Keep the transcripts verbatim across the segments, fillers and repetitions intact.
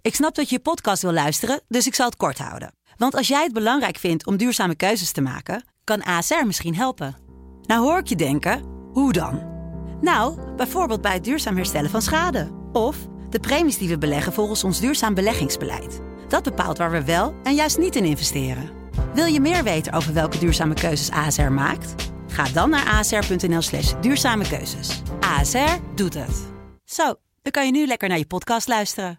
Ik snap dat je je podcast wil luisteren, dus ik zal het kort houden. Want als jij het belangrijk vindt om duurzame keuzes te maken, kan A S R misschien helpen. Nou hoor ik je denken, hoe dan? Nou, bijvoorbeeld bij het duurzaam herstellen van schade. Of de premies die we beleggen volgens ons duurzaam beleggingsbeleid. Dat bepaalt waar we wel en juist niet in investeren. Wil je meer weten over welke duurzame keuzes A S R maakt? Ga dan naar asr.nl slash duurzame keuzes. A S R doet het. Zo, dan kan je nu lekker naar je podcast luisteren.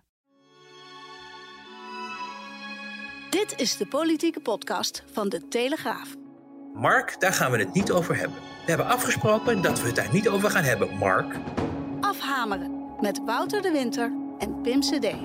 Dit is de politieke podcast van De Telegraaf. Mark, daar gaan we het niet over hebben. We hebben afgesproken dat we het daar niet over gaan hebben, Mark. Afhameren met Wouter de Winter en Pim C D.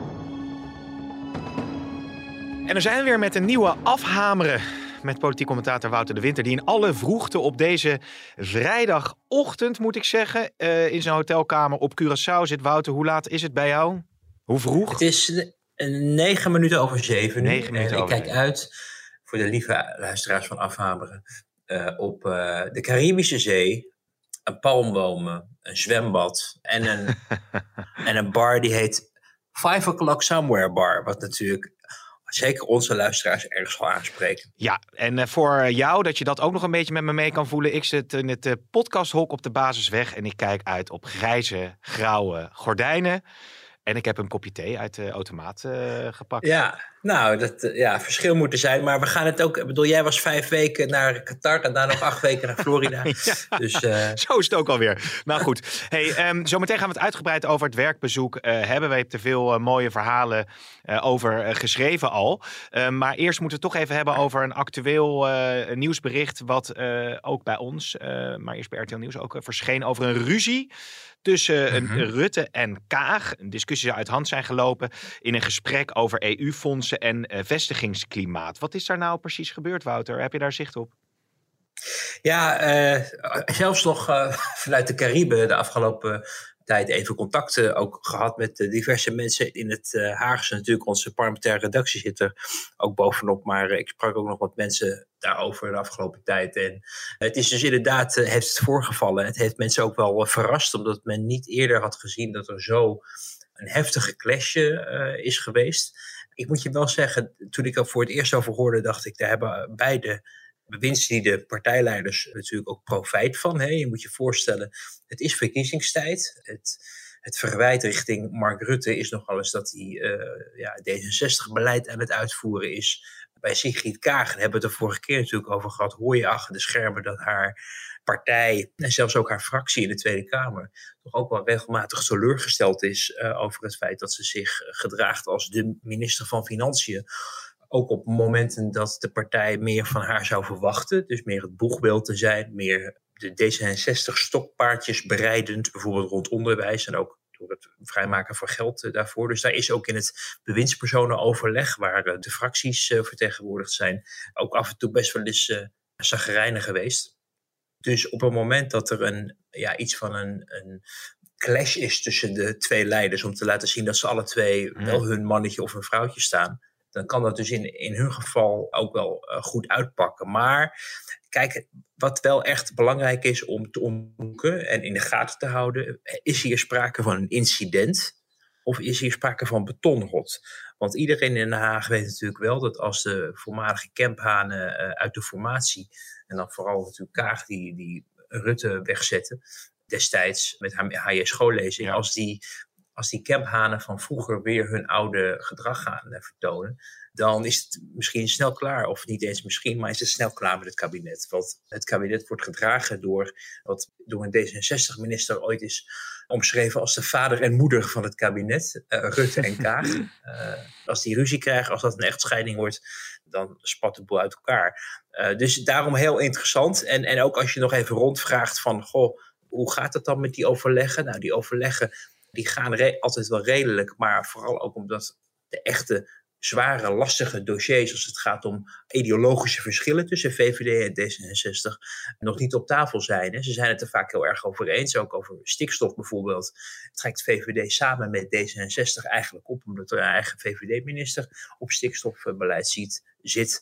En er zijn we weer met een nieuwe Afhameren met politiek commentator Wouter de Winter, die in alle vroegte op deze vrijdagochtend, moet ik zeggen, uh, in zijn hotelkamer op Curaçao zit. Wouter, hoe laat is het bij jou? Hoe vroeg? Het is negen minuten over zeven nu. Negen minuten en over ik kijk uit voor de lieve luisteraars van Afhameren uh, op uh, de Caribische Zee, een palmbomen, een zwembad en een, en een bar die heet Five O'Clock Somewhere Bar, wat natuurlijk zeker onze luisteraars ergens zal aanspreken. Ja, en uh, voor jou, dat je dat ook nog een beetje met me mee kan voelen. Ik zit in het uh, podcasthok op de Basisweg en ik kijk uit op grijze, grauwe gordijnen. En ik heb een kopje thee uit de automaat uh, gepakt. Ja, nou, dat uh, ja, verschil moet er zijn. Maar we gaan het ook. Ik bedoel, jij was vijf weken naar Qatar en daarna nog acht weken naar Florida. Ja, dus, uh... zo is het ook alweer. Nou goed, hey, um, zometeen gaan we het uitgebreid over het werkbezoek uh, hebben. We hebben er veel uh, mooie verhalen uh, over uh, geschreven al. Uh, maar eerst moeten we het toch even hebben over een actueel uh, nieuwsbericht. Wat uh, ook bij ons, uh, maar eerst bij R T L Nieuws ook uh, verscheen over een ruzie tussen uh, mm-hmm. Rutte en Kaag. Een discussie zou uit hand zijn gelopen in een gesprek over E U-fondsen en uh, vestigingsklimaat. Wat is daar nou precies gebeurd, Wouter? Heb je daar zicht op? Ja, uh, zelfs nog uh, vanuit de Cariben de afgelopen tijd even contacten ook gehad met uh, diverse mensen in het uh, Haagse. Natuurlijk, onze parlementaire redactie zit er ook bovenop. Maar uh, ik sprak ook nog wat mensen daarover de afgelopen tijd. En uh, het is dus inderdaad, uh, heeft het voorgevallen. Het heeft mensen ook wel uh, verrast, omdat men niet eerder had gezien dat er zo een heftige clash uh, is geweest. Ik moet je wel zeggen, toen ik er voor het eerst over hoorde, dacht ik, daar hebben beide bewindslieden, partijleiders natuurlijk ook profijt van. Hè? Je moet je voorstellen, het is verkiezingstijd. Het, het verwijt richting Mark Rutte is nogal eens dat hij uh, ja, D zesenzestig-beleid aan het uitvoeren is. Bij Sigrid Kaag, daar hebben we het de vorige keer natuurlijk over gehad, hoor je achter de schermen dat haar partij en zelfs ook haar fractie in de Tweede Kamer toch ook wel regelmatig teleurgesteld is uh, over het feit dat ze zich gedraagt als de minister van Financiën. Ook op momenten dat de partij meer van haar zou verwachten. Dus meer het boegbeeld te zijn. Meer de D zesenzestig-stokpaardjes bereidend. Bijvoorbeeld rond onderwijs. En ook door het vrijmaken van geld uh, daarvoor. Dus daar is ook in het bewindspersonenoverleg, waar uh, de fracties uh, vertegenwoordigd zijn, ook af en toe best wel eens uh, chagrijnig geweest. Dus op het moment dat er een, ja, iets van een, een clash is tussen de twee leiders, om te laten zien dat ze alle twee mm. wel hun mannetje of hun vrouwtje staan, dan kan dat dus in, in hun geval ook wel uh, goed uitpakken. Maar kijk, wat wel echt belangrijk is om te onderzoeken en in de gaten te houden, is hier sprake van een incident of is hier sprake van betonrot? Want iedereen in Den Haag weet natuurlijk wel dat als de voormalige Kemphanen uh, uit de formatie, en dan vooral natuurlijk Kaag die, die Rutte wegzetten destijds met H J schoollezing, ja. als die Als die Kemphanen van vroeger weer hun oude gedrag gaan uh, vertonen, dan is het misschien snel klaar, of niet eens misschien, maar is het snel klaar met het kabinet. Want het kabinet wordt gedragen door wat door een D zesenzestig-minister ooit is omschreven als de vader en moeder van het kabinet, uh, Rutte en Kaag. Uh, als die ruzie krijgen, als dat een echtscheiding wordt, dan spat de boel uit elkaar. Uh, dus daarom heel interessant. En, en ook als je nog even rondvraagt van, goh, hoe gaat het dan met die overleggen? Nou, die overleggen die gaan re- altijd wel redelijk, maar vooral ook omdat de echte zware, lastige dossiers, als het gaat om ideologische verschillen tussen V V D en D zesenzestig, nog niet op tafel zijn. Hè. Ze zijn het er vaak heel erg over eens, ook over stikstof bijvoorbeeld. Trekt V V D samen met D zesenzestig eigenlijk op, omdat er een eigen V V D-minister op stikstofbeleid ziet, zit.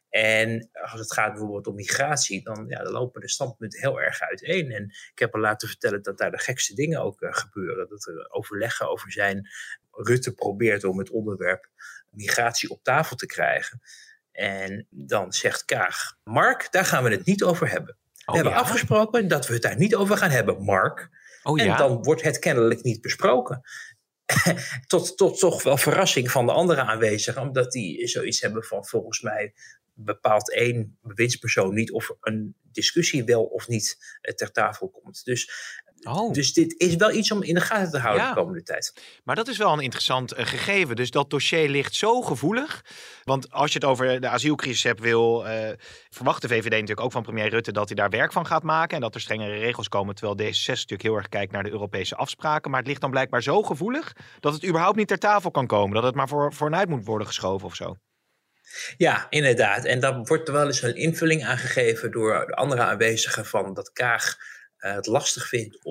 En als het gaat bijvoorbeeld om migratie, dan, ja, dan lopen de standpunten heel erg uiteen. En ik heb al laten vertellen dat daar de gekste dingen ook uh, gebeuren. Dat er overleggen over zijn. Rutte probeert om het onderwerp migratie op tafel te krijgen. En dan zegt Kaag, Mark, daar gaan we het niet over hebben. We oh, hebben ja? afgesproken dat we het daar niet over gaan hebben, Mark. Oh, en ja? dan wordt het kennelijk niet besproken. tot, tot toch wel verrassing van de andere aanwezigen. Omdat die zoiets hebben van, volgens mij bepaalt één bewindspersoon niet of een discussie wel of niet ter tafel komt. Dus, oh. dus dit is wel iets om in de gaten te houden Ja. de komende tijd. Maar dat is wel een interessant uh, gegeven. Dus dat dossier ligt zo gevoelig. Want als je het over de asielcrisis hebt, wil uh, verwacht de V V D natuurlijk ook van premier Rutte dat hij daar werk van gaat maken. En dat er strengere regels komen. Terwijl D zesenzestig natuurlijk heel erg kijkt naar de Europese afspraken. Maar het ligt dan blijkbaar zo gevoelig dat het überhaupt niet ter tafel kan komen. Dat het maar voor, vooruit moet worden geschoven of zo. Ja, inderdaad. En daar wordt er wel eens een invulling aan gegeven door de andere aanwezigen van dat Kaag uh, het lastig vindt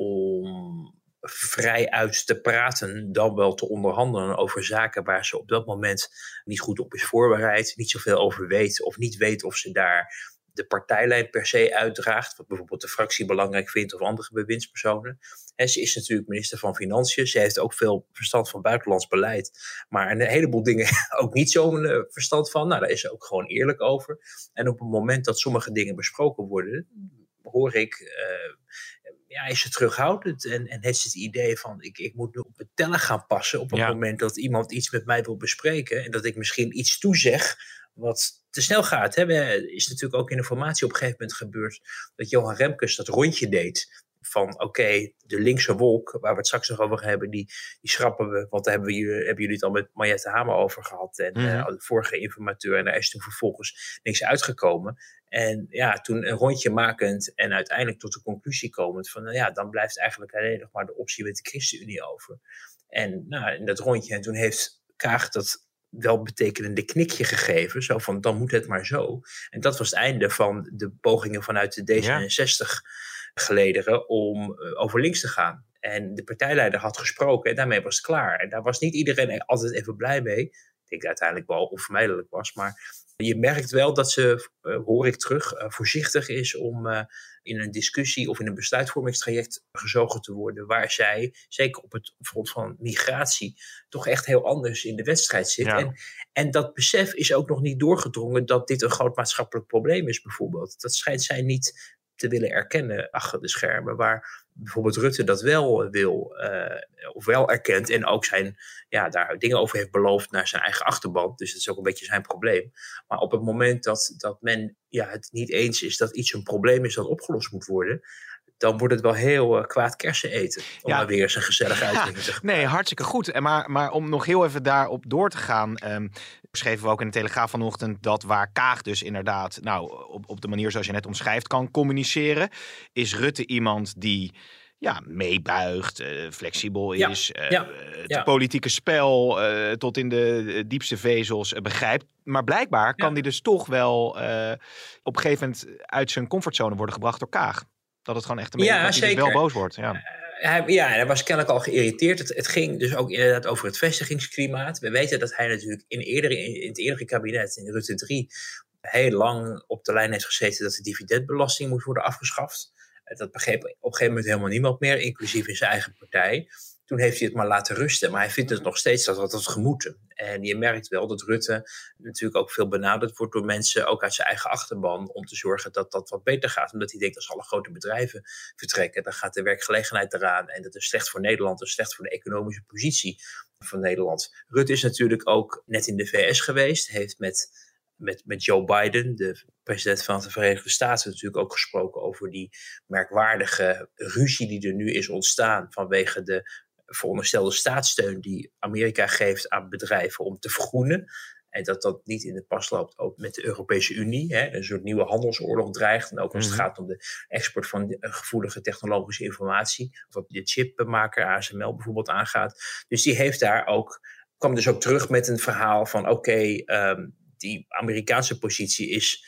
om vrij uit te praten, dan wel te onderhandelen over zaken waar ze op dat moment niet goed op is voorbereid, niet zoveel over weet of niet weet of ze daar de partijlijn per se uitdraagt, wat bijvoorbeeld de fractie belangrijk vindt of andere bewindspersonen. En ze is natuurlijk minister van Financiën. Ze heeft ook veel verstand van buitenlands beleid. Maar een heleboel dingen ook niet zo'n verstand van. Nou, daar is ze ook gewoon eerlijk over. En op het moment dat sommige dingen besproken worden, hoor ik, uh, ja, is ze terughoudend. En, en heeft ze het idee van, ik, ik moet nu op het tellen gaan passen op het Ja. moment dat iemand iets met mij wil bespreken. En dat ik misschien iets toezeg wat te snel gaat. Er is natuurlijk ook in de formatie op een gegeven moment gebeurd dat Johan Remkes dat rondje deed. Van oké, okay, de linkse wolk, waar we het straks nog over gaan hebben, die, die schrappen we. Want daar hebben, we, hebben jullie het al met Mariette Hamer over gehad. En mm-hmm. uh, de vorige informateur. En daar is toen vervolgens niks uitgekomen. En ja, toen een rondje makend en uiteindelijk tot de conclusie komend van, nou ja, dan blijft eigenlijk alleen nog maar de optie met de ChristenUnie over. En nou, in dat rondje, en toen heeft Kaag dat wel betekenende knikje gegeven. Zo van, dan moet het maar zo. En dat was het einde van de pogingen vanuit de D zesenzestig gelederen om uh, over links te gaan. En de partijleider had gesproken en daarmee was het klaar. En daar was niet iedereen altijd even blij mee. Ik denk dat het uiteindelijk wel onvermijdelijk was. Maar je merkt wel dat ze, uh, hoor ik terug, uh, voorzichtig is om uh, in een discussie of in een besluitvormingstraject gezogen te worden, waar zij, zeker op het front van migratie, toch echt heel anders in de wedstrijd zit. Ja. En, en dat besef is ook nog niet doorgedrongen dat dit een groot maatschappelijk probleem is bijvoorbeeld. Dat schijnt zij niet te willen erkennen achter de schermen, waar bijvoorbeeld Rutte dat wel wil, uh, of wel erkent en ook zijn, ja, daar dingen over heeft beloofd naar zijn eigen achterban. Dus dat is ook een beetje zijn probleem. Maar op het moment dat, dat men ja, het niet eens is dat iets een probleem is dat opgelost moet worden, dan wordt het wel heel uh, kwaad kersen eten. Om ja. maar weer eens een gezellige uitdrukking ja, te gebruiken. Nee, hartstikke goed. En maar, maar om nog heel even daarop door te gaan, Um, schreven we ook in de Telegraaf vanochtend dat waar Kaag dus inderdaad, nou, op, op de manier zoals je net omschrijft, kan communiceren, is Rutte iemand die ja, meebuigt, uh, flexibel is, ja, uh, ja, het ja. politieke spel uh, tot in de diepste vezels uh, begrijpt. Maar blijkbaar kan ja. die dus toch wel uh, op een gegeven moment uit zijn comfortzone worden gebracht door Kaag. Dat het gewoon echt een beetje ja, dat hij dus wel boos wordt. Ja. Uh, hij, ja, hij was kennelijk al geïrriteerd. Het, het ging dus ook inderdaad over het vestigingsklimaat. We weten dat hij natuurlijk in, eerdere, in het eerdere kabinet, in Rutte drie, heel lang op de lijn heeft gezeten dat de dividendbelasting moet worden afgeschaft. Dat begreep op een gegeven moment helemaal niemand meer, inclusief in zijn eigen partij. Toen heeft hij het maar laten rusten. Maar hij vindt het nog steeds dat dat had gemoeten. En je merkt wel dat Rutte natuurlijk ook veel benaderd wordt door mensen, ook uit zijn eigen achterban, om te zorgen dat dat wat beter gaat. Omdat hij denkt, als alle grote bedrijven vertrekken, dan gaat de werkgelegenheid eraan. En dat is slecht voor Nederland, dat is slecht voor de economische positie van Nederland. Rutte is natuurlijk ook net in de V S geweest, heeft met... Met, met Joe Biden, de president van de Verenigde Staten, natuurlijk ook gesproken over die merkwaardige ruzie die er nu is ontstaan vanwege de veronderstelde staatssteun die Amerika geeft aan bedrijven om te vergroenen. En dat dat niet in de pas loopt ook met de Europese Unie. Hè, een soort nieuwe handelsoorlog dreigt. En ook als het gaat om de export van gevoelige technologische informatie. Wat de chipmaker A S M L bijvoorbeeld aangaat. Dus die heeft daar ook, kwam dus ook terug met een verhaal van oké, okay, um, die Amerikaanse positie is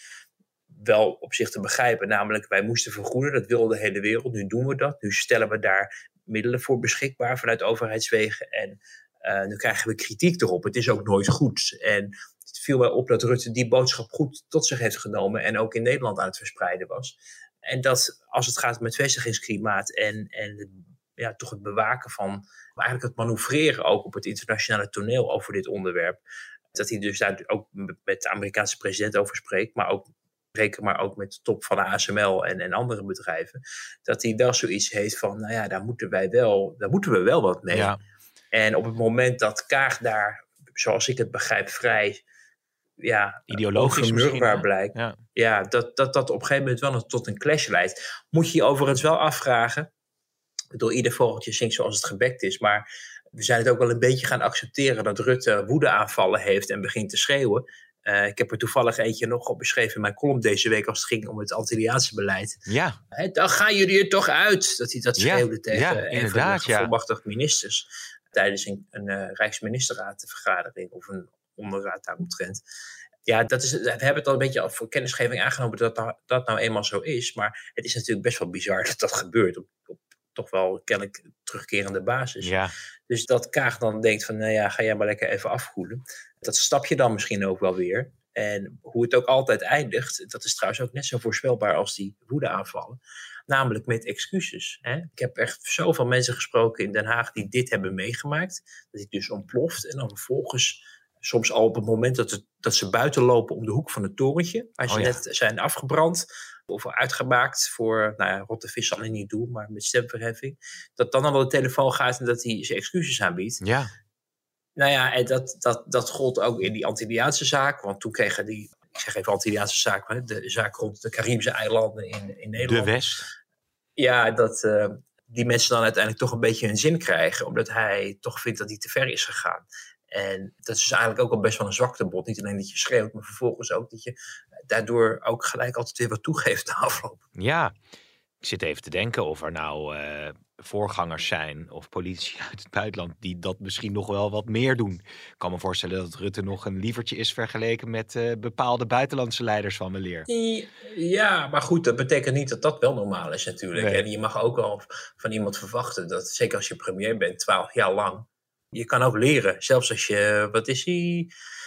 wel op zich te begrijpen. Namelijk, wij moesten vergroenen, dat wilde de hele wereld. Nu doen we dat. Nu stellen we daar middelen voor beschikbaar vanuit overheidswegen. En uh, nu krijgen we kritiek erop. Het is ook nooit goed. En viel mij op dat Rutte die boodschap goed tot zich heeft genomen en ook in Nederland aan het verspreiden was. En dat als het gaat om het vestigingsklimaat en, en het, ja, toch het bewaken van, eigenlijk het manoeuvreren ook op het internationale toneel over dit onderwerp, dat hij dus daar ook met de Amerikaanse president over spreekt, maar ook Reken maar ook met de top van de A S M L en, en andere bedrijven, dat hij wel zoiets heeft van, nou ja, daar moeten wij wel, daar moeten we wel wat mee. Ja. En op het moment dat Kaag daar, zoals ik het begrijp, vrij ja, ideologisch misschien blijkt, ja. Ja, dat, dat dat op een gegeven moment wel tot een clash leidt. Moet je je overigens wel afvragen, door ieder vogeltje zingt zoals het gebekt is, maar we zijn het ook wel een beetje gaan accepteren dat Rutte woedeaanvallen heeft en begint te schreeuwen. Uh, ik heb er toevallig eentje nog op beschreven in mijn column deze week als het ging om het Antilliaanse beleid. Ja. He, dan gaan jullie er toch uit, dat hij dat schreeuwde ja, tegen ja, een van de gevolmachtigde ministers tijdens een, een uh, Rijksministerraadvergadering of een onderraad daaromtrent. Ja, dat is, we hebben het al een beetje voor kennisgeving aangenomen dat dat, dat nou eenmaal zo is, maar het is natuurlijk best wel bizar dat dat gebeurt op, op toch wel kennelijk terugkerende basis. Ja. Dus dat Kaag dan denkt van, nou ja, ga jij maar lekker even afkoelen. Dat stap je dan misschien ook wel weer. En hoe het ook altijd eindigt, dat is trouwens ook net zo voorspelbaar als die woedeaanvallen. Namelijk met excuses. Hè? Ik heb echt zoveel mensen gesproken in Den Haag die dit hebben meegemaakt. Dat het dus ontploft en dan vervolgens, soms al op het moment dat, het, dat ze buiten lopen om de hoek van het torentje, waar ze oh ja. net zijn afgebrand of uitgemaakt voor, nou ja, rotte vis zal hij niet doen, maar met stemverheffing, dat dan al wel de telefoon gaat en dat hij zijn excuses aanbiedt. Ja. Nou ja, en dat, dat, dat gold ook in die Antilliaanse zaak, want toen kregen die, ik zeg even Antilliaanse zaak, hè, de zaak rond de Caribische eilanden in, in Nederland. De West. Ja, dat uh, die mensen dan uiteindelijk toch een beetje hun zin krijgen, omdat hij toch vindt dat hij te ver is gegaan. En dat is eigenlijk ook al best wel een zwaktebod. Niet alleen dat je schreeuwt, maar vervolgens ook dat je daardoor ook gelijk altijd weer wat toegeeft na afloop. Ja, ik zit even te denken of er nou uh, voorgangers zijn of politici uit het buitenland die dat misschien nog wel wat meer doen. Ik kan me voorstellen dat Rutte nog een lievertje is vergeleken met uh, bepaalde buitenlandse leiders van weleer. Ja, maar goed, dat betekent niet dat dat wel normaal is natuurlijk. Nee. En je mag ook wel van iemand verwachten dat, zeker als je premier bent, twaalf jaar lang, je kan ook leren. Zelfs als je, wat is hij?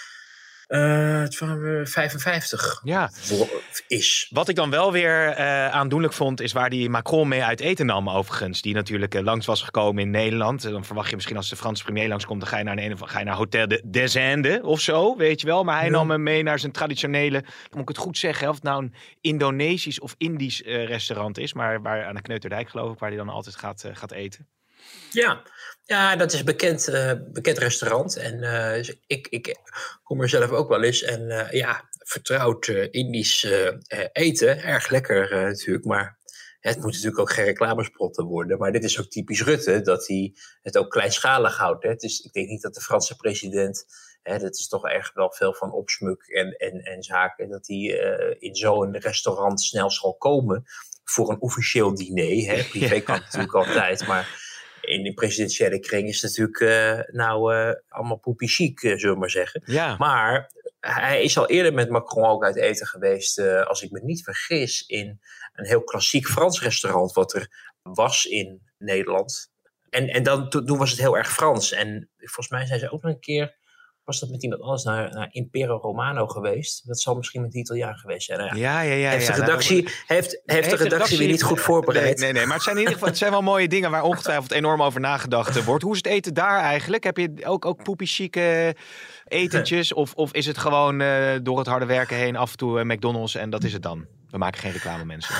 Uh, vijfenvijftig ja. is. Wat ik dan wel weer uh, aandoenlijk vond, is waar die Macron mee uit eten nam overigens. Die natuurlijk uh, langs was gekomen in Nederland. Dan verwacht je misschien als de Franse premier langskomt, dan ga je naar een, ga je naar Hotel de des Indes of zo, weet je wel. Maar hij ja. nam hem mee naar zijn traditionele, dan moet ik het goed zeggen, of het nou een Indonesisch of Indisch uh, restaurant is, maar waar aan de Kneuterdijk geloof ik, waar hij dan altijd gaat, uh, gaat eten. Ja. Ja, dat is een bekend, uh, bekend restaurant. En uh, dus ik, ik kom er zelf ook wel eens. En uh, ja, vertrouwd uh, Indisch uh, eten. Erg lekker uh, natuurlijk. Maar het moet natuurlijk ook geen reclamespotten worden. Maar dit is ook typisch Rutte, dat hij het ook kleinschalig houdt. Hè. Dus ik denk niet dat de Franse president, hè, dat is toch erg wel veel van opsmuk en, en, en zaken, dat hij uh, in zo'n restaurant snel zal komen voor een officieel diner. Hè. Privé kan natuurlijk altijd, maar in de presidentiële kring is het natuurlijk uh, nou uh, allemaal poepie chic, uh, zullen we maar zeggen. Ja. Maar hij is al eerder met Macron ook uit eten geweest, uh, als ik me niet vergis, in een heel klassiek Frans restaurant wat er was in Nederland. En, en dan, toen was het heel erg Frans. En volgens mij zijn ze ook nog een keer, was dat met iemand anders, naar, naar Impero Romano geweest. Dat zal misschien met de Italiaan geweest zijn. Nou ja, ja, ja. Heeft, ja, de, redactie, nou, heeft, heeft, heeft de redactie redactie weer niet goed voorbereid? Nee, nee, nee, maar het zijn in ieder geval het zijn wel mooie dingen waar ongetwijfeld enorm over nagedacht wordt. Hoe is het eten daar eigenlijk? Heb je ook, ook poepie chique etentjes? Of, of is het gewoon uh, door het harde werken heen af en toe uh, McDonald's en dat is het dan? We maken geen reclame, mensen.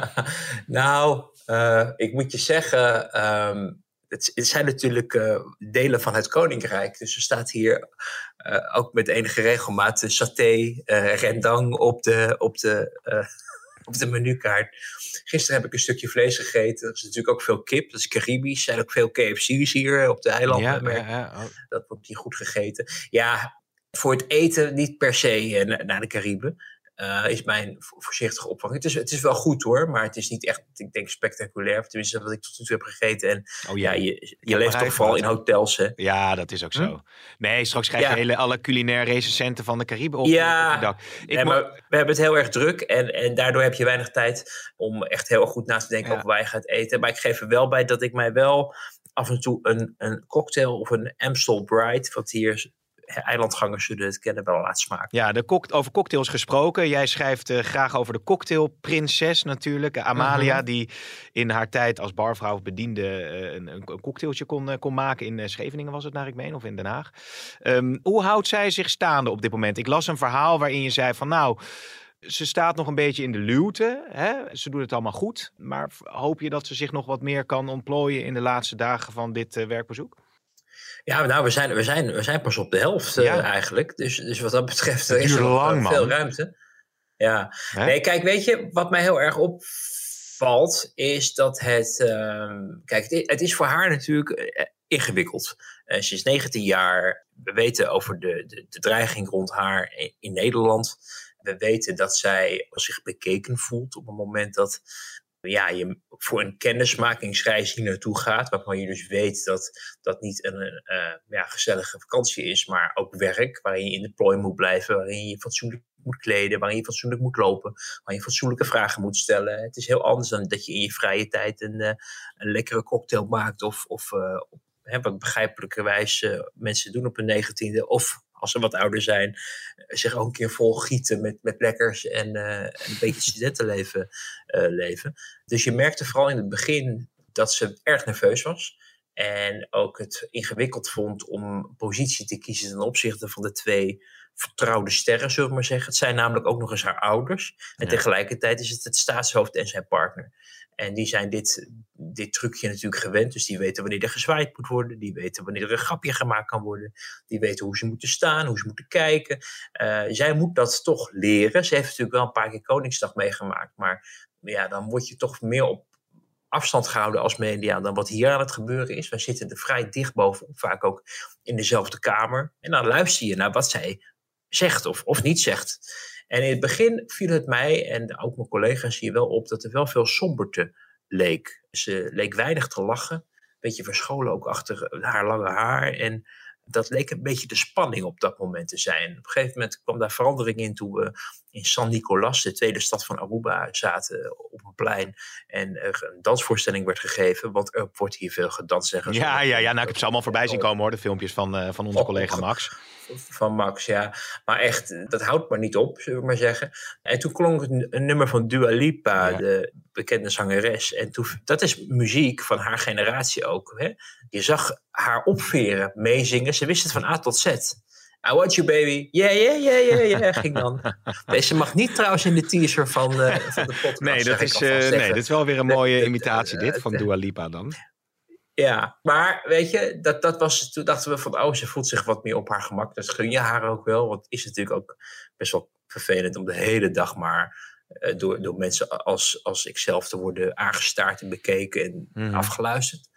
Nou, uh, ik moet je zeggen, Um, Het, het zijn natuurlijk uh, delen van het Koninkrijk. Dus er staat hier uh, ook met enige regelmaat saté, uh, rendang op de, op, de, uh, op de menukaart. Gisteren heb ik een stukje vlees gegeten. Er is natuurlijk ook veel kip. Dat is Caribisch. Er zijn ook veel K F C's hier op de eilanden. Ja, ja, ja. Oh. Dat wordt hier goed gegeten. Ja, voor het eten niet per se uh, naar de Cariben. Uh, is mijn voorzichtige opvang. Het is, het is wel goed hoor, maar het is niet echt, ik denk, spectaculair. Tenminste, wat ik tot nu toe heb gegeten. En oh, ja. ja, je, je leeft toch vooral in hotels, hè? Ja, dat is ook zo. Hm? Nee, straks krijg je ja. hele, alle culinaire recensenten van de Cariben op, ja. op je dak. Ik nee, maar we hebben het heel erg druk en, en daardoor heb je weinig tijd om echt heel goed na te denken ja. over waar je gaat eten. Maar ik geef er wel bij dat ik mij wel af en toe een, een cocktail of een Amstel Bright, wat hier eilandgangers zullen het kennen wel laten smaken. Ja, de cock- over cocktails gesproken. Jij schrijft uh, graag over de cocktailprinses natuurlijk. Amalia, uh-huh. die in haar tijd als barvrouw of bediende uh, een, een cocktailtje kon, uh, kon maken. In uh, Scheveningen was het, naar ik meen, of in Den Haag. Um, hoe houdt zij zich staande op dit moment? Ik las een verhaal waarin je zei van nou... Ze staat nog een beetje in de luwte. Hè? Ze doet het allemaal goed. Maar hoop je dat ze zich nog wat meer kan ontplooien in de laatste dagen van dit uh, werkbezoek? Ja, nou, we zijn, we zijn, we zijn pas op de helft uh, ja. eigenlijk. Dus, dus wat dat betreft er is er lang, nog veel ruimte. Ja. Nee, kijk, weet je, wat mij heel erg opvalt is dat het... Uh, kijk, het, het is voor haar natuurlijk uh, ingewikkeld. Uh, ze is negentien jaar. We weten over de, de, de dreiging rond haar in, in Nederland. We weten dat zij zich bekeken voelt op het moment dat ja, je voor een kennismakingsreis hier naartoe gaat. Waarvan je dus weet dat dat niet een uh, ja, gezellige vakantie is, maar ook werk. Waarin je in de plooi moet blijven, waarin je je fatsoenlijk moet kleden, waarin je fatsoenlijk moet lopen, waarin je fatsoenlijke vragen moet stellen. Het is heel anders dan dat je in je vrije tijd een, uh, een lekkere cocktail maakt of, of uh, op, hè, wat begrijpelijkerwijs uh, mensen doen op hun negentiende of... als ze wat ouder zijn, zich ook een keer vol gieten met, met lekkers en, uh, en een beetje studentenleven uh, leven. Dus je merkte vooral in het begin dat ze erg nerveus was. En ook het ingewikkeld vond om positie te kiezen ten opzichte van de twee vertrouwde sterren, zullen we maar zeggen. Het zijn namelijk ook nog eens haar ouders. En ja. tegelijkertijd is het het staatshoofd en zijn partner. En die zijn dit, dit trucje natuurlijk gewend. Dus die weten wanneer er gezwaaid moet worden. Die weten wanneer er een grapje gemaakt kan worden. Die weten hoe ze moeten staan, hoe ze moeten kijken. Uh, zij moet dat toch leren. Ze heeft natuurlijk wel een paar keer Koningsdag meegemaakt. Maar ja, dan word je toch meer op afstand gehouden als media dan wat hier aan het gebeuren is. Wij zitten er vrij dicht bovenop. Vaak ook in dezelfde kamer. En dan luister je naar wat zij zegt of, of niet zegt. En in het begin viel het mij en ook mijn collega's hier wel op dat er wel veel somberte leek. Ze leek weinig te lachen. Een beetje verscholen ook achter haar lange haar. En dat leek een beetje de spanning op dat moment te zijn. Op een gegeven moment kwam daar verandering in toen we in San Nicolas, de tweede stad van Aruba, zaten op een plein. En er een dansvoorstelling werd gegeven, want er wordt hier veel gedanst. En ja, ja, ja, nou ik heb ze allemaal voorbij zien komen hoor, de filmpjes van, uh, van onze oh, collega Max. Van Max, ja. Maar echt, dat houdt maar niet op, zullen we maar zeggen. En toen klonk een, een nummer van Dua Lipa, ja. de bekende zangeres. En toen, dat is muziek van haar generatie ook. Hè? Je zag haar opveren, meezingen. Ze wist het van A tot Z. I want you baby. Yeah, yeah, yeah, yeah, yeah. Ging dan. Deze mag niet trouwens in de teaser van, uh, van de podcast. Nee, dat is, uh, nee, dit is wel weer een mooie imitatie dit van Dua Lipa dan. Ja, maar weet je, dat, dat was, toen dachten we van, oh, ze voelt zich wat meer op haar gemak. Dat gun je haar ook wel, want het is natuurlijk ook best wel vervelend om de hele dag maar uh, door, door mensen als, als ikzelf te worden aangestaard en bekeken en mm. afgeluisterd.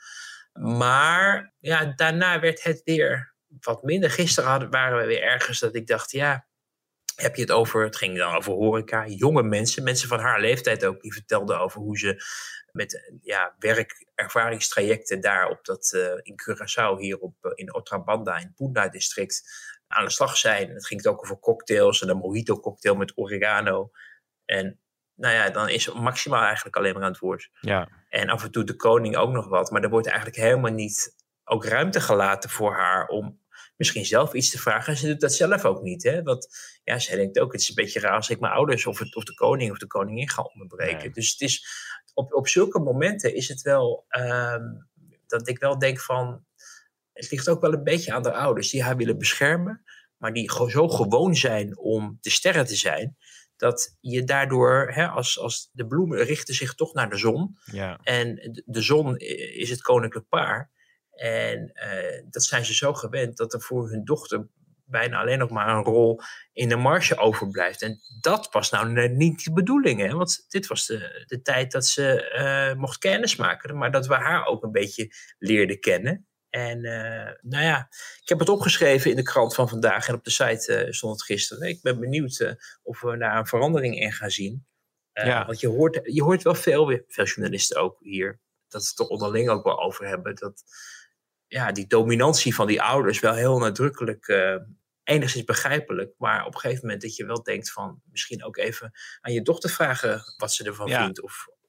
Maar ja, daarna werd het weer wat minder. Gisteren hadden, waren we weer ergens dat ik dacht, ja, heb je het over, het ging dan over horeca, jonge mensen, mensen van haar leeftijd ook, die vertelden over hoe ze met ja, werkervaringstrajecten daar op dat, uh, in Curaçao, hier op, uh, in Otrabanda, in het Puna-district, aan de slag zijn. Het ging ook over cocktails en een mojito-cocktail met oregano. En nou ja, dan is Maxima eigenlijk alleen maar aan het woord. Ja. En af en toe de koning ook nog wat, maar er wordt eigenlijk helemaal niet ook ruimte gelaten voor haar om misschien zelf iets te vragen. En ze doet dat zelf ook niet. Hè? Want ja, zij denkt ook, het is een beetje raar als ik mijn ouders of, het, of de koning of de koningin ga onderbreken. Nee. Dus het is, op, op zulke momenten is het wel, um, dat ik wel denk van, het ligt ook wel een beetje aan de ouders die haar willen beschermen, maar die gewoon zo gewoon zijn om de sterren te zijn, dat je daardoor, hè, als, als de bloemen richten zich toch naar de zon. Ja. En de, de zon is het koninklijk paar. En uh, dat zijn ze zo gewend dat er voor hun dochter bijna alleen nog maar een rol in de marge overblijft. En dat was nou niet de bedoeling. Hè? Want dit was de, de tijd dat ze uh, mocht kennismaken. Maar dat we haar ook een beetje leerden kennen. En uh, nou ja, ik heb het opgeschreven in de krant van vandaag. En op de site uh, stond het gisteren. Ik ben benieuwd uh, of we daar een verandering in gaan zien. Uh, ja. Want je hoort, je hoort wel veel, veel journalisten ook hier, dat ze het toch onderling ook wel over hebben. Dat ja, die dominantie van die ouders wel heel nadrukkelijk, uh, enigszins begrijpelijk, maar op een gegeven moment dat je wel denkt van misschien ook even aan je dochter vragen wat ze ervan ja. vindt. Of,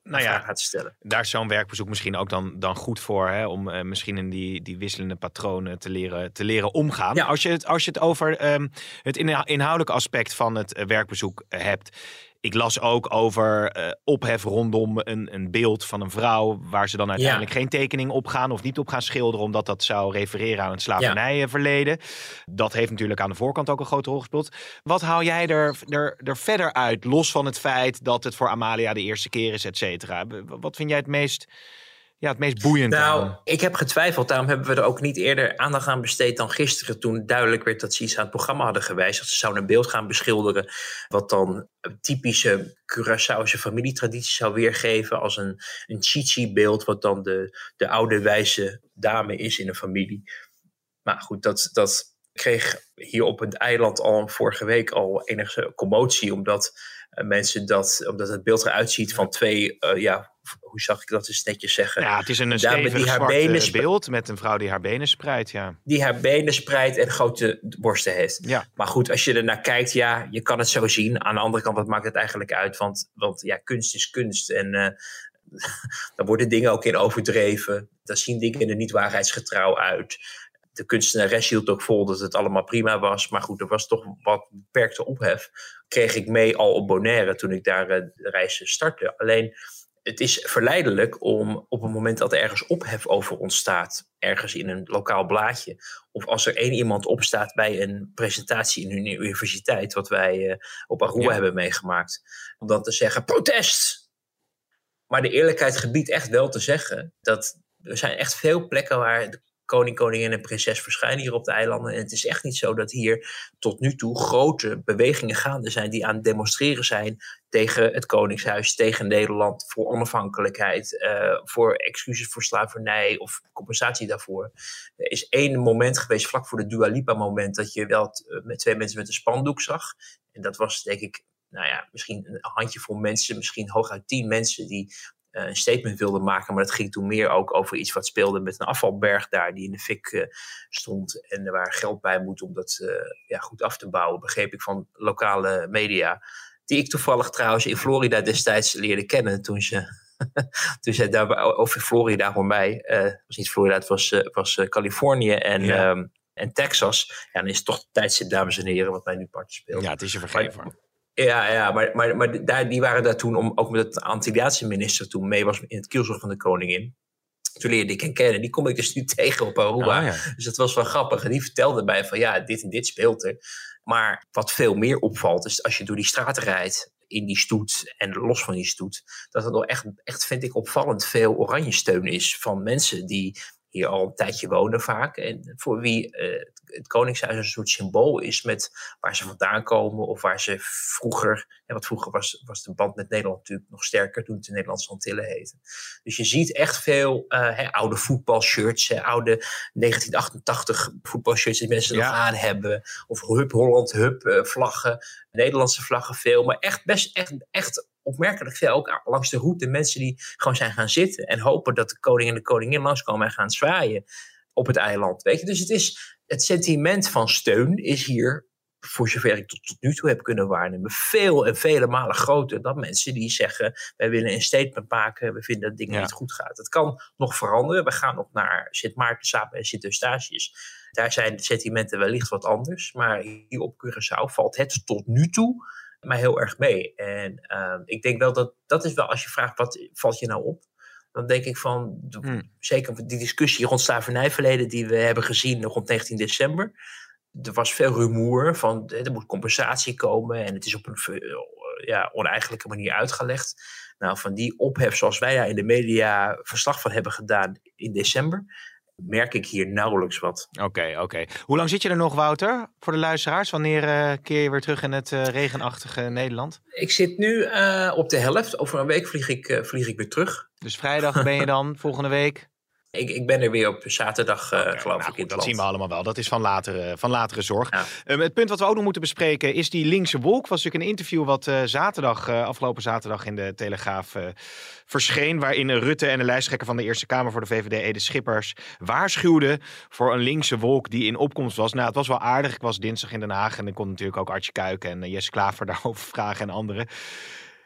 nou vraag ja, gaat stellen. Daar is zo'n werkbezoek misschien ook dan, dan goed voor. Hè? Om uh, misschien in die, die wisselende patronen te leren, te leren omgaan. Ja. Als je het, als je het over um, het inhoudelijke aspect van het uh, werkbezoek uh, hebt. Ik las ook over uh, ophef rondom een, een beeld van een vrouw waar ze dan uiteindelijk ja. geen tekening op gaan of niet op gaan schilderen, omdat dat zou refereren aan het slavernijverleden. Ja. Dat heeft natuurlijk aan de voorkant ook een grote rol gespeeld. Wat haal jij er, er, er verder uit, los van het feit dat het voor Amalia de eerste keer is, et cetera? Wat vind jij het meest... Ja, het meest boeiend. Nou, aan. ik heb getwijfeld. Daarom hebben we er ook niet eerder aandacht aan besteed dan gisteren. Toen duidelijk werd dat ze iets aan het programma hadden gewijzigd. Ze zouden een beeld gaan beschilderen. Wat dan een typische Curaçaose familietraditie zou weergeven. Als een, een chichi-beeld. Wat dan de, de oude wijze dame is in een familie. Maar goed, dat, dat kreeg hier op het eiland al vorige week al enige commotie. Omdat uh, mensen dat, omdat het beeld eruit ziet van twee, uh, ja, hoe zag ik dat eens netjes zeggen? Ja, het is een stevig zwart sp- beeld met een vrouw die haar benen spreidt, ja. Die haar benen spreidt en grote borsten heeft. Ja. Maar goed, als je ernaar kijkt, ja, je kan het zo zien. Aan de andere kant, wat maakt het eigenlijk uit? Want, want ja, kunst is kunst. En uh, daar worden dingen ook in overdreven. Daar zien dingen er niet waarheidsgetrouw uit. De kunstenares hield ook vol dat het allemaal prima was. Maar goed, er was toch wat beperkte ophef. Kreeg ik mee al op Bonaire toen ik daar uh, de reis startte. Alleen, het is verleidelijk om op het moment dat er ergens ophef over ontstaat, ergens in een lokaal blaadje, of als er één iemand opstaat bij een presentatie in een universiteit, wat wij uh, op Aruba ja. hebben meegemaakt, om dan te zeggen, protest! Maar de eerlijkheid gebiedt echt wel te zeggen dat er zijn echt veel plekken waar de koning, koningin en prinses verschijnen hier op de eilanden. En het is echt niet zo dat hier tot nu toe grote bewegingen gaande zijn die aan het demonstreren zijn tegen het Koningshuis, tegen Nederland, voor onafhankelijkheid, uh, voor excuses voor slavernij of compensatie daarvoor. Er is één moment geweest, vlak voor de Dua Lipa moment, dat je wel t, uh, met twee mensen met een spandoek zag. En dat was denk ik, nou ja, misschien een handjevol mensen, misschien hooguit tien mensen die Uh, een statement wilde maken, maar dat ging toen meer ook over iets wat speelde met een afvalberg daar die in de fik uh, stond en er waar geld bij moet om dat uh, ja, goed af te bouwen, begreep ik van lokale media, die ik toevallig trouwens in Florida destijds leerde kennen toen ze toen zij daar over Florida voor mij, uh, het was niet Florida, het was, uh, was uh, Californië en, ja. um, en Texas. Ja, dan is het toch de tijdstip, dames en heren, wat mij nu parten speelt. Ja, het is je vergeven. Maar, Ja, ja, maar, maar, maar daar, die waren daar toen, om, ook met het Antilliaanse-minister toen mee was in het kielzog van de koningin. Toen leerde ik hen kennen. Die kom ik dus nu tegen op Aruba. Oh, ja. Dus dat was wel grappig. En die vertelde mij van ja, dit en dit speelt er. Maar wat veel meer opvalt is als je door die straten rijdt in die stoet en los van die stoet, dat er nog echt, echt vind ik opvallend veel oranje steun is van mensen die hier al een tijdje wonen vaak. En voor wie uh, het Koningshuis een soort symbool is met waar ze vandaan komen of waar ze vroeger, en wat vroeger was, was de band met Nederland natuurlijk nog sterker toen het de Nederlandse Antillen heette. Dus je ziet echt veel uh, he, oude voetbalshirts, he, oude negentien achtentachtig voetbalshirts die mensen ja. nog aan hebben. Of Hup Holland, Hup uh, vlaggen, Nederlandse vlaggen veel. Maar echt best echt, echt opmerkelijk veel ook langs de route mensen die gewoon zijn gaan zitten en hopen dat de koning en de koningin langskomen en gaan zwaaien op het eiland. Weet je? Dus het is het sentiment van steun is hier, voor zover ik tot, tot nu toe heb kunnen waarnemen, veel en vele malen groter dan mensen die zeggen, wij willen een statement maken, we vinden dat dingen ja. niet goed gaat. Het kan nog veranderen. We gaan nog naar Sint Maarten, Samen en Sint Eustatius. Daar zijn de sentimenten wellicht wat anders, maar hier op Curaçao valt het tot nu toe mij heel erg mee. En uh, ik denk wel dat, dat is wel, als je vraagt, wat valt je nou op? Dan denk ik van, de, hmm. zeker die discussie rond slavernijverleden die we hebben gezien rond negentien december. Er was veel rumoer van, er moet compensatie komen en het is op een ja, oneigenlijke manier uitgelegd. Nou, van die ophef zoals wij daar in de media verslag van hebben gedaan in december, merk ik hier nauwelijks wat. Oké, okay, oké. Okay. Hoe lang zit je er nog, Wouter, voor de luisteraars? Wanneer uh, keer je weer terug in het uh, regenachtige Nederland? Ik zit nu uh, op de helft. Over een week vlieg ik, uh, vlieg ik weer terug. Dus vrijdag ben je dan, volgende week? Ik, ik ben er weer op zaterdag, uh, okay, geloof nou, ik, goed, in het dat land. zien we allemaal wel. Dat is van latere, van latere zorg. Ja. Um, het punt wat we ook nog moeten bespreken is die linkse wolk. Was natuurlijk een interview wat uh, zaterdag, uh, afgelopen zaterdag in de Telegraaf uh, verscheen. Waarin Rutte en de lijsttrekker van de Eerste Kamer voor de V V D, Ede Schippers, waarschuwden voor een linkse wolk die in opkomst was. Nou, het was wel aardig. Ik was dinsdag in Den Haag en ik kon natuurlijk ook Artje Kuiken en uh, Jesse Klaver daarover vragen en anderen.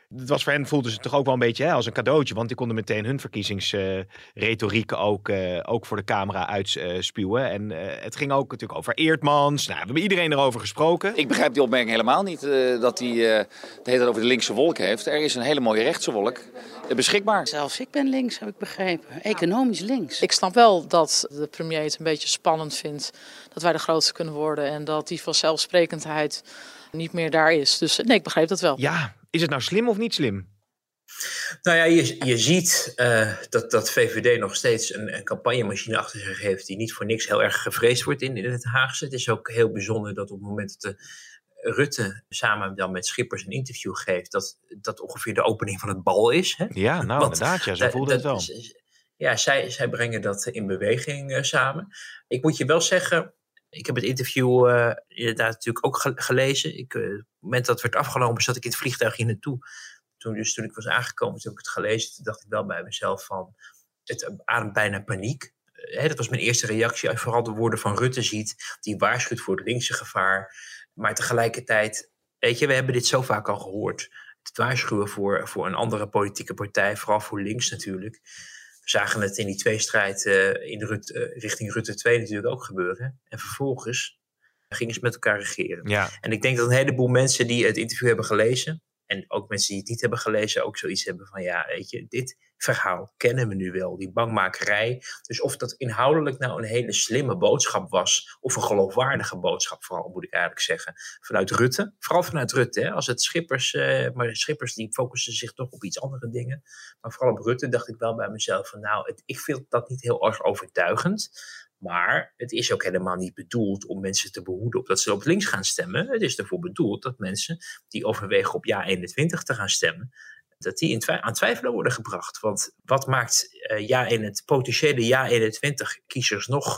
Het was voor hen, voelden ze het toch ook wel een beetje hè, als een cadeautje. Want die konden meteen hun verkiezingsretoriek uh, ook, uh, ook voor de camera uitspuwen. Uh, en uh, het ging ook natuurlijk over Eertmans. Nou, we hebben iedereen erover gesproken. Ik begrijp die opmerking helemaal niet. Uh, dat hij uh, de hele tijd over de linkse wolk heeft. Er is een hele mooie rechtse wolk uh, beschikbaar. Zelfs ik ben links, heb ik begrepen. Economisch links. Ik snap wel dat de premier het een beetje spannend vindt. Dat wij de grootste kunnen worden. En dat die vanzelfsprekendheid niet meer daar is. Dus nee, ik begrijp dat wel. Ja, is het nou slim of niet slim? Nou ja, je, je ziet uh, dat, dat V V D nog steeds een, een campagnemachine achter zich heeft die niet voor niks heel erg gevreesd wordt in, in het Haagse. Het is ook heel bijzonder dat op het moment dat de Rutte samen dan met Schippers een interview geeft, dat dat ongeveer de opening van het bal is. Hè? Ja, nou Want, inderdaad, ja, zo voelde het wel. Is, ja, zij, zij brengen dat in beweging uh, samen. Ik moet je wel zeggen, ik heb het interview uh, inderdaad natuurlijk ook gelezen. Ik, uh, op het moment dat het werd afgenomen, zat ik in het vliegtuig hier naartoe. Toen, dus toen ik was aangekomen, toen heb ik het gelezen. Toen dacht ik wel bij mezelf van, het ademt bijna paniek. Uh, hè, dat was mijn eerste reactie. Als je vooral de woorden van Rutte ziet, die waarschuwt voor het linkse gevaar. Maar tegelijkertijd, weet je, we hebben dit zo vaak al gehoord. Het waarschuwen voor, voor een andere politieke partij, vooral voor links natuurlijk. We zagen het in die tweestrijd uh, in de Rut, uh, richting Rutte twee natuurlijk ook gebeuren. En vervolgens gingen ze met elkaar regeren. Ja. En ik denk dat een heleboel mensen die het interview hebben gelezen, en ook mensen die het niet hebben gelezen, ook zoiets hebben van, ja, weet je, dit verhaal kennen we nu wel, die bangmakerij. Dus of dat inhoudelijk nou een hele slimme boodschap was, of een geloofwaardige boodschap, vooral moet ik eigenlijk zeggen, vanuit Rutte. Vooral vanuit Rutte, hè. Als het Schippers, uh, maar Schippers die focussen zich toch op iets andere dingen. Maar vooral op Rutte dacht ik wel bij mezelf van, nou, het, ik vind dat niet heel erg overtuigend. Maar het is ook helemaal niet bedoeld om mensen te behoeden op dat ze op links gaan stemmen. Het is ervoor bedoeld dat mensen die overwegen op ja eenentwintig te gaan stemmen, dat die in twi- aan twijfelen worden gebracht. Want wat maakt uh, ja in het potentiële ja eenentwintig kiezers nog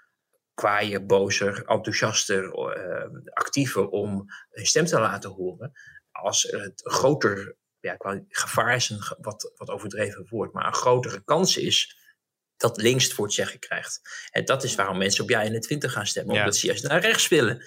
kwaaier, bozer, enthousiaster, uh, actiever om hun stem te laten horen, als het groter, ja, gevaar is een wat, wat overdreven woord, maar een grotere kans is dat links het voor het zeggen krijgt. En dat is waarom mensen op ja eenentwintig gaan stemmen. Ja. Omdat ze juist naar rechts willen.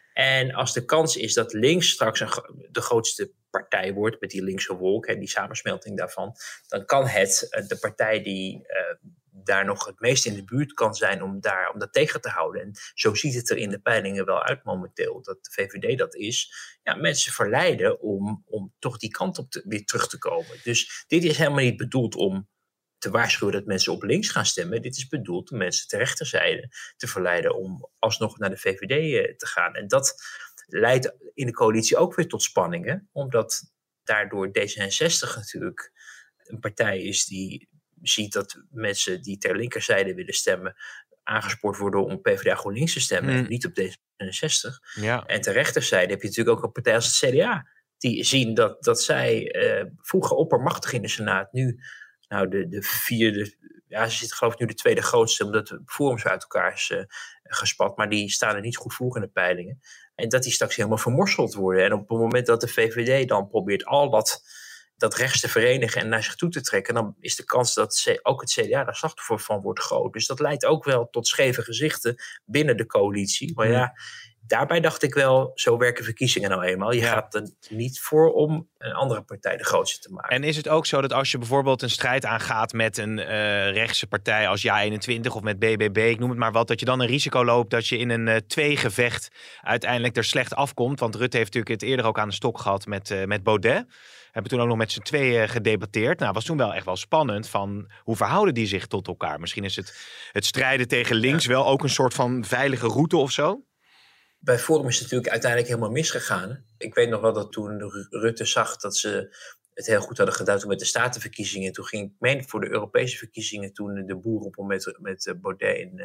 En als de kans is dat links straks een, de grootste partij wordt met die linkse wolk en die samensmelting daarvan, dan kan het de partij die uh, daar nog het meest in de buurt kan zijn om, daar, om dat tegen te houden. En zo ziet het er in de peilingen wel uit momenteel, dat de V V D dat is. Ja, mensen verleiden om, om toch die kant op te, weer terug te komen. Dus dit is helemaal niet bedoeld om te waarschuwen dat mensen op links gaan stemmen. Dit is bedoeld om mensen ter rechterzijde te verleiden om alsnog naar de V V D te gaan. En dat leidt in de coalitie ook weer tot spanningen, omdat daardoor D zesenzestig natuurlijk een partij is die ziet dat mensen die ter linkerzijde willen stemmen aangespoord worden om PvdA GroenLinks te stemmen mm. en niet op D zesenzestig. Ja. En ter rechterzijde heb je natuurlijk ook een partij als het C D A, die zien dat, dat zij uh, vroeger oppermachtig in de Senaat, nu nou de, de vierde, ja, ze zitten geloof ik nu de tweede grootste, omdat de Forum zo uit elkaar is uh, gespat, maar die staan er niet goed voor in de peilingen. En dat die straks helemaal vermorseld worden. En op het moment dat de V V D dan probeert al dat, dat rechts te verenigen en naar zich toe te trekken, dan is de kans dat ook het C D A daar slachtoffer van wordt groot. Dus dat leidt ook wel tot scheve gezichten binnen de coalitie. Maar ja, daarbij dacht ik wel, zo werken verkiezingen nou eenmaal. Je ja. gaat er niet voor om een andere partij de grootste te maken. En is het ook zo dat als je bijvoorbeeld een strijd aangaat met een uh, rechtse partij als ja eenentwintig of met B B B, ik noem het maar wat, dat je dan een risico loopt dat je in een uh, tweegevecht uiteindelijk er slecht afkomt? Want Rutte heeft natuurlijk het eerder ook aan de stok gehad met, uh, met Baudet. Hebben toen ook nog met z'n tweeën gedebatteerd. Nou, was toen wel echt wel spannend van hoe verhouden die zich tot elkaar? Misschien is het, het strijden tegen links ja. wel ook een soort van veilige route of zo? Bij Forum is het natuurlijk uiteindelijk helemaal misgegaan. Ik weet nog wel dat toen Rutte zag dat ze het heel goed hadden gedaan toen met de statenverkiezingen. Toen ging ik meen voor de Europese verkiezingen toen de boer op om met, met Baudet in, uh,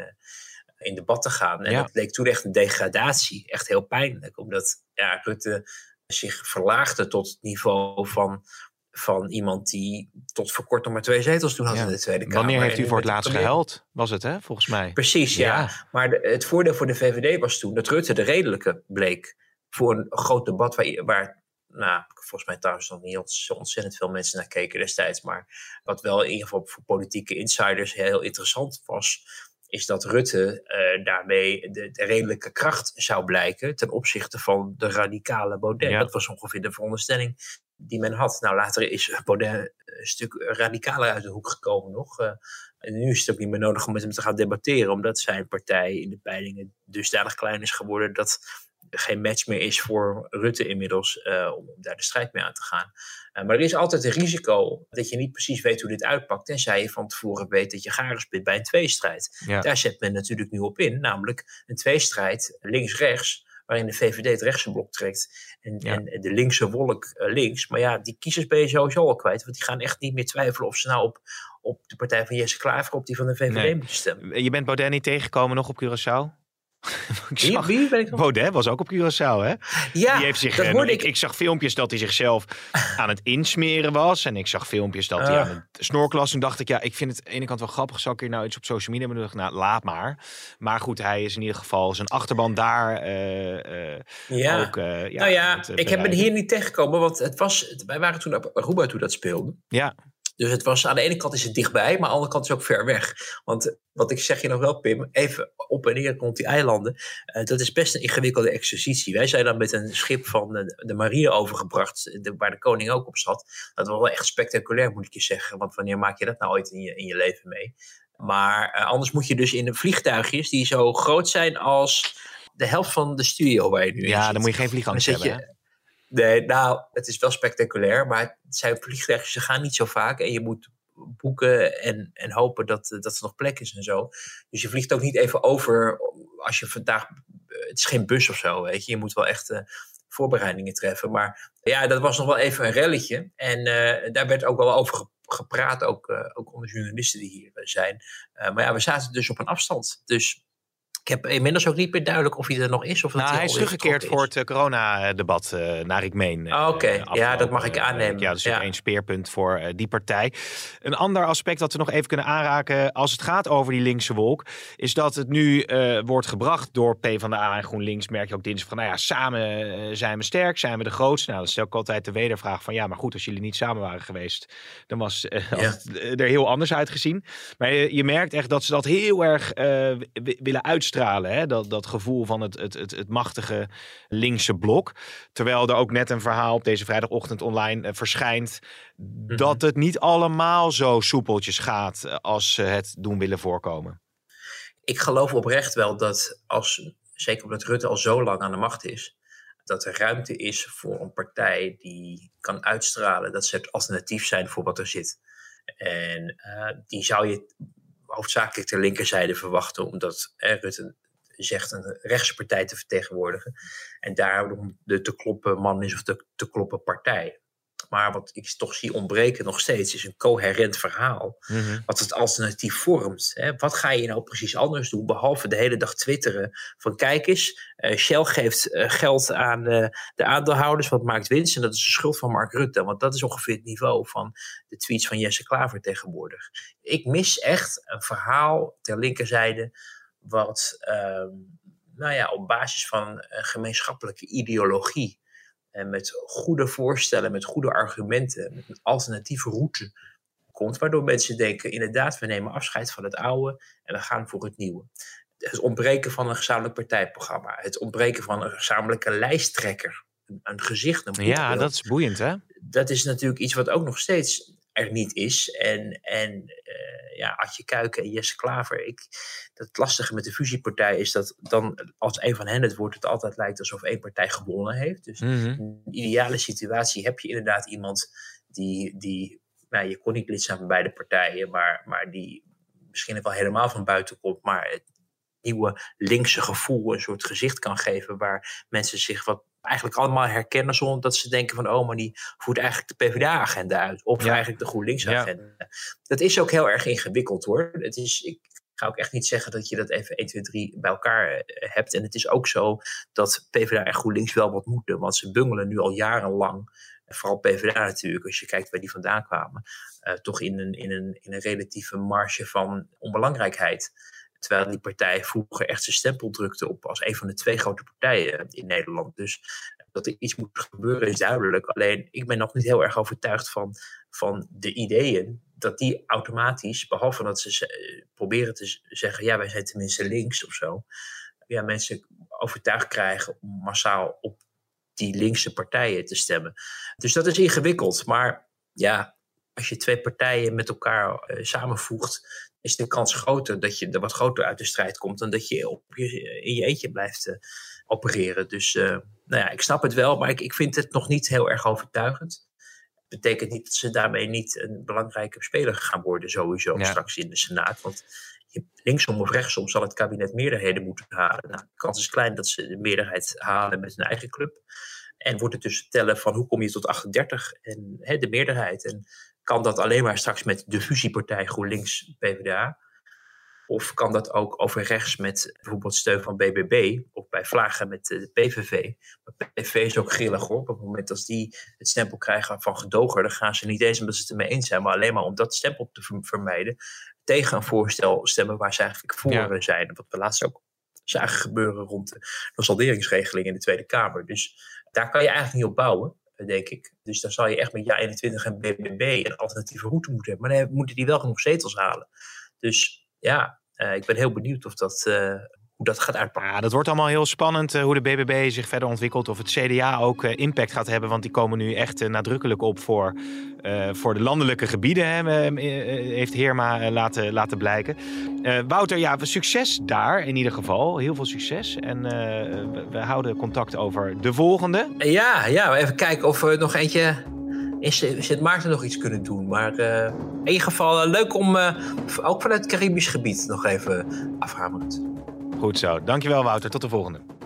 in debat te gaan. En ja. dat leek toen echt een degradatie. Echt heel pijnlijk. Omdat ja, Rutte zich verlaagde tot het niveau van, van iemand die tot voor kort nog maar twee zetels toen had ja. in de Tweede Kamer. Wanneer heeft u voor het laatst gehuild? Was het, hè, volgens mij? Precies, ja. ja. Maar de, het voordeel voor de V V D was toen dat Rutte de redelijke bleek voor een groot debat waar, waar nou, volgens mij trouwens nog niet zo ontzettend veel mensen naar keken destijds, maar wat wel in ieder geval voor politieke insiders heel interessant was, is dat Rutte uh, daarmee de, de redelijke kracht zou blijken ten opzichte van de radicale Baudet. Ja. Dat was ongeveer de veronderstelling die men had. Nou, later is Baudet een stuk radicaler uit de hoek gekomen nog. Uh, en nu is het ook niet meer nodig om met hem te gaan debatteren, omdat zijn partij in de peilingen dusdanig klein is geworden dat er geen match meer is voor Rutte inmiddels uh, om daar de strijd mee aan te gaan. Uh, maar er is altijd een risico dat je niet precies weet hoe dit uitpakt, tenzij je van tevoren weet dat je garen spit bij een tweestrijd. Ja. Daar zet men natuurlijk nu op in, namelijk een tweestrijd links-rechts, waarin de V V D het rechtse blok trekt en, ja. en de linkse wolk uh, links. Maar ja, die kiezers ben je sowieso al kwijt, want die gaan echt niet meer twijfelen of ze nou op, op de partij van Jesse Klaver, op die van de V V D nee. moeten stemmen. Je bent Baudet niet tegengekomen nog op Curaçao? Wie, wie ben ik nog? Baudet was ook op Curaçao, hè? Ja, die heeft zich, dat hoorde ik. ik. Ik zag filmpjes dat hij zichzelf aan het insmeren was. En ik zag filmpjes dat uh. hij aan het snorkelen was. Toen dacht ik, ja, ik vind het aan de ene kant wel grappig. Zal ik hier nou iets op social media doen? Nou, laat maar. Maar goed, hij is in ieder geval zijn achterban daar uh, uh, ja. ook. Uh, ja, nou ja, het, uh, ik heb hem hier niet tegengekomen. Want het was, wij waren toen op Aruba toen dat speelde. Ja. Dus het was, aan de ene kant is het dichtbij, maar aan de andere kant is het ook ver weg. Want wat ik zeg je nog wel, Pim, even op en neer rond die eilanden. Uh, dat is best een ingewikkelde exercitie. Wij zijn dan met een schip van de, de marine overgebracht, de, waar de koning ook op zat. Dat was wel echt spectaculair, moet ik je zeggen. Want wanneer maak je dat nou ooit in je, in je leven mee? Maar uh, anders moet je dus in de vliegtuigjes die zo groot zijn als de helft van de studio waar je nu in ja, zit. dan moet je geen vliegangst hebben, je, Nee, nou, het is wel spectaculair, maar het zijn vliegtuigen, ze gaan niet zo vaak en je moet boeken en, en hopen dat, dat er nog plek is en zo. Dus je vliegt ook niet even over als je vandaag, het is geen bus of zo, weet je. Je moet wel echt uh, voorbereidingen treffen. Maar ja, dat was nog wel even een relletje en uh, daar werd ook wel over gepraat, ook, uh, ook onder journalisten die hier zijn. Uh, maar ja, we zaten dus op een afstand, dus ik heb inmiddels ook niet meer duidelijk of hij er nog is. Of nou, dat hij is teruggekeerd voor het uh, coronadebat, uh, naar ik meen. Uh, Oké, okay. uh, ja, dat mag ik aannemen. Ja, dus ja. één speerpunt voor uh, die partij. Een ander aspect dat we nog even kunnen aanraken als het gaat over die linkse wolk, is dat het nu uh, wordt gebracht door PvdA en GroenLinks. Merk je ook dinsdag van, nou ja, samen uh, zijn we sterk, zijn we de grootste. Nou, dan stel ik altijd de wedervraag van, ja, maar goed, als jullie niet samen waren geweest, dan was uh, ja. het er heel anders uitgezien. Maar je, je merkt echt dat ze dat heel erg uh, w- willen uitstralen. Hè? Dat, dat gevoel van het, het, het, het machtige linkse blok. Terwijl er ook net een verhaal op deze vrijdagochtend online uh, verschijnt. Mm-hmm. Dat het niet allemaal zo soepeltjes gaat uh, als ze het doen willen voorkomen. Ik geloof oprecht wel dat als, zeker omdat Rutte al zo lang aan de macht is, dat er ruimte is voor een partij die kan uitstralen dat ze het alternatief zijn voor wat er zit. En uh, die zou je hoofdzakelijk ter linkerzijde verwachten, omdat eh, Rutte zegt een rechtse partij te vertegenwoordigen en daarom de te kloppen man is of de te kloppen partij. Maar wat ik toch zie ontbreken nog steeds is een coherent verhaal. Mm-hmm. Wat het alternatief vormt. Hè. Wat ga je nou precies anders doen? Behalve de hele dag twitteren van kijk eens. Uh, Shell geeft uh, geld aan uh, de aandeelhouders. Wat maakt winst? En dat is de schuld van Mark Rutte. Want dat is ongeveer het niveau van de tweets van Jesse Klaver tegenwoordig. Ik mis echt een verhaal ter linkerzijde. Wat uh, nou ja, op basis van een gemeenschappelijke ideologie. En met goede voorstellen, met goede argumenten, met een alternatieve route komt. Waardoor mensen denken, inderdaad, we nemen afscheid van het oude en we gaan voor het nieuwe. Het ontbreken van een gezamenlijk partijprogramma. Het ontbreken van een gezamenlijke lijsttrekker. Een, een gezicht, een boekbeeld. Ja, dat is boeiend, hè? Dat is natuurlijk iets wat ook nog steeds er niet is. En, en uh, ja, Adje Kuiken en Jesse Klaver. Ik, het lastige met de fusiepartij is dat dan als een van hen het wordt, het altijd lijkt alsof één partij gewonnen heeft. Dus mm-hmm. in een ideale situatie heb je inderdaad iemand die, die nou, je kon niet lid zijn van beide partijen, maar, maar die misschien wel helemaal van buiten komt, maar het nieuwe linkse gevoel een soort gezicht kan geven waar mensen zich wat eigenlijk allemaal herkennen zonder dat ze denken van oh, maar die voert eigenlijk de PvdA-agenda uit. Of ja. eigenlijk de GroenLinks-agenda. Ja. Dat is ook heel erg ingewikkeld hoor. Het is, ik ga ook echt niet zeggen dat je dat even één, twee, drie bij elkaar uh, hebt. En het is ook zo dat PvdA en GroenLinks wel wat moeten. Want ze bungelen nu al jarenlang. Vooral PvdA natuurlijk, als je kijkt waar die vandaan kwamen. Uh, toch in een, in, een, in een relatieve marge van onbelangrijkheid. Terwijl die partij vroeger echt zijn stempel drukte op als een van de twee grote partijen in Nederland. Dus dat er iets moet gebeuren is duidelijk. Alleen ik ben nog niet heel erg overtuigd van, van de ideeën. Dat die automatisch, behalve dat ze proberen te zeggen, ja wij zijn tenminste links of zo. Ja, mensen overtuigd krijgen om massaal op die linkse partijen te stemmen. Dus dat is ingewikkeld. Maar ja, als je twee partijen met elkaar uh, samenvoegt, is de kans groter dat je er wat groter uit de strijd komt dan dat je, op je in je eentje blijft uh, opereren. Dus uh, nou ja, ik snap het wel, maar ik, ik vind het nog niet heel erg overtuigend. Dat betekent niet dat ze daarmee niet een belangrijke speler gaan worden sowieso ja. straks in de Senaat. Want linksom of rechtsom zal het kabinet meerderheden moeten halen. Nou, de kans is klein dat ze de meerderheid halen met hun eigen club. En wordt het dus tellen van hoe kom je tot achtendertig en he, de meerderheid. En kan dat alleen maar straks met de fusiepartij GroenLinks P v d A? Of kan dat ook over rechts met bijvoorbeeld steun van B B B? Of bij Vlagen met de P V V? Maar P V V is ook grillig hoor. Op het moment dat die het stempel krijgen van gedoger, dan gaan ze niet eens omdat ze het ermee eens zijn, maar alleen maar om dat stempel te vermijden, tegen een voorstel stemmen waar ze eigenlijk voor ja. zijn. Wat we laatst ook zagen gebeuren rond de, de salderingsregeling in de Tweede Kamer. Dus daar kan je eigenlijk niet op bouwen, denk ik. Dus dan zal je echt met Ja eenentwintig en B B B een alternatieve route moeten hebben. Maar dan moeten die wel genoeg zetels halen. Dus ja, uh, ik ben heel benieuwd of dat, uh, hoe dat gaat uitpakken. Ja, dat wordt allemaal heel spannend uh, hoe de B B B zich verder ontwikkelt. Of het C D A ook uh, impact gaat hebben. Want die komen nu echt uh, nadrukkelijk op voor, uh, voor de landelijke gebieden. Hè, uh, heeft Heerma uh, laten, laten blijken. Uh, Wouter, ja, succes daar in ieder geval. Heel veel succes. En uh, we, we houden contact over de volgende. Ja, ja, even kijken of we nog eentje in Sint Maarten nog iets kunnen doen. Maar uh, in ieder geval uh, leuk om uh, ook vanuit het Caribisch gebied nog even afhamerend. Goed zo. Dankjewel Wouter. Tot de volgende.